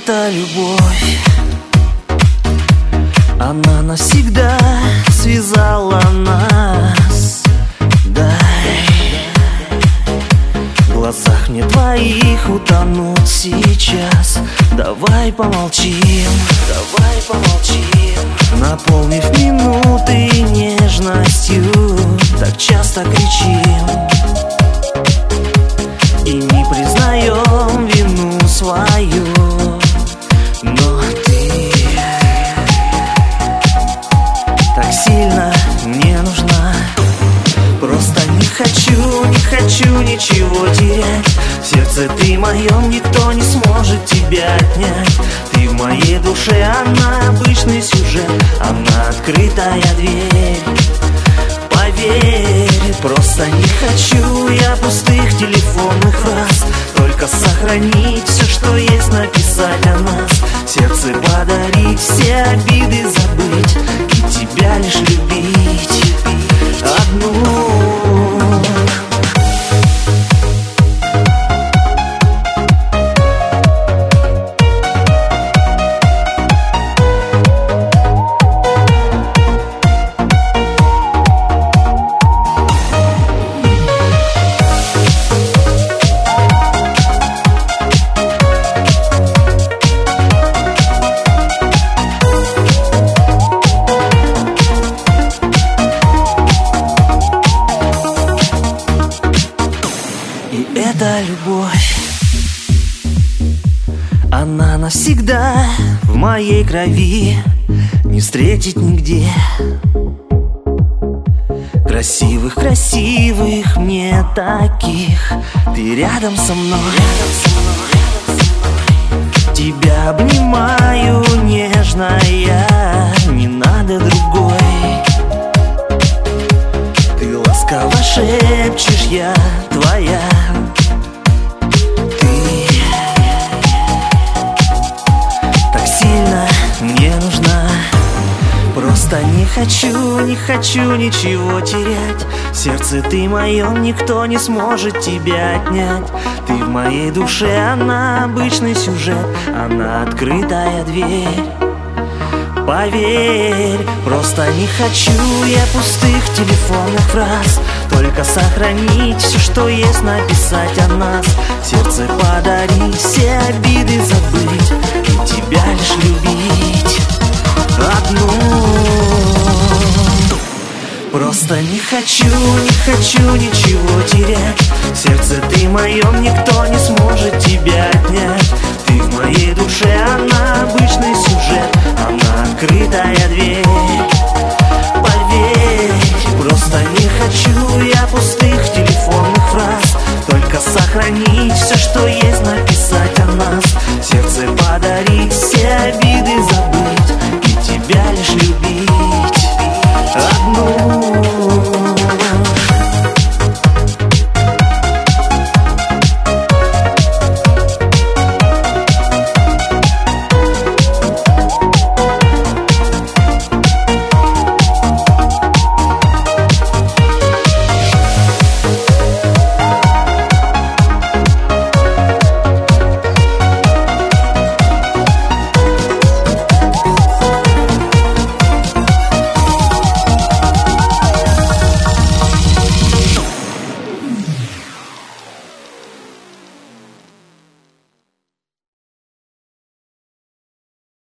эта любовь, она навсегда связала нас. Дай в глазах мне твоих утонуть сейчас. Давай помолчим, наполнив минуты нежностью. Так часто кричим и не признаем вину свою. Но ты так сильно мне нужна. Просто не хочу ничего терять. В сердце ты моем, никто не сможет тебя отнять. Ты в моей душе, она обычный сюжет, она открытая дверь. Поверь, просто не хочу я пустых телефонных фраз. Только сохранить все, что есть, написать о нас. Сердце подарить, все обиды забыть и тебя лишь любить одну. Эта любовь, она навсегда в моей крови. Не встретить нигде красивых мне таких. Ты рядом со мной, тебя обнимаю нежно я. Не надо другой. Ты ласково шепчешь, я твоя. Ты так сильно мне нужна. Просто не хочу ничего терять. В сердце ты моем, никто не сможет тебя отнять. Ты в моей душе, она обычный сюжет, она открытая дверь. Поверь, просто не хочу я пустых телефонных фраз. Только сохранить все, что есть, написать о нас. Сердце подарить, все обиды забыть и тебя лишь любить одну. Просто не хочу ничего терять. В сердце ты моем, никто не сможет тебя отнять. Ты в моей душе, она обычный сюжет, она открытая дверь. Поверь, просто не хочу я пустых